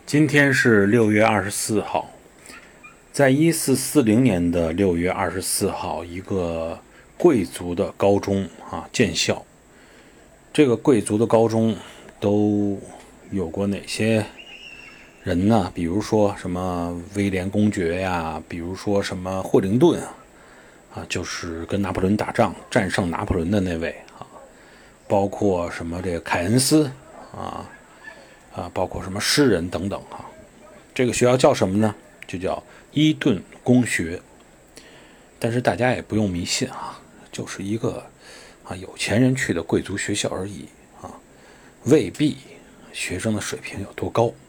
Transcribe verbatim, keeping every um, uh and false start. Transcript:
今天是六月二十四号，在一四四零年的六月二十四号，一个贵族的高中啊建校。这个贵族的高中都有过哪些人呢？比如说什么威廉公爵呀，比如说什么霍灵顿啊，啊，就是跟拿破仑打仗战胜拿破仑的那位啊，包括什么这个凯恩斯啊。啊，包括什么诗人等等啊，这个学校叫什么呢？就叫伊顿公学。但是大家也不用迷信啊，就是一个啊有钱人去的贵族学校而已啊，未必学生的水平有多高。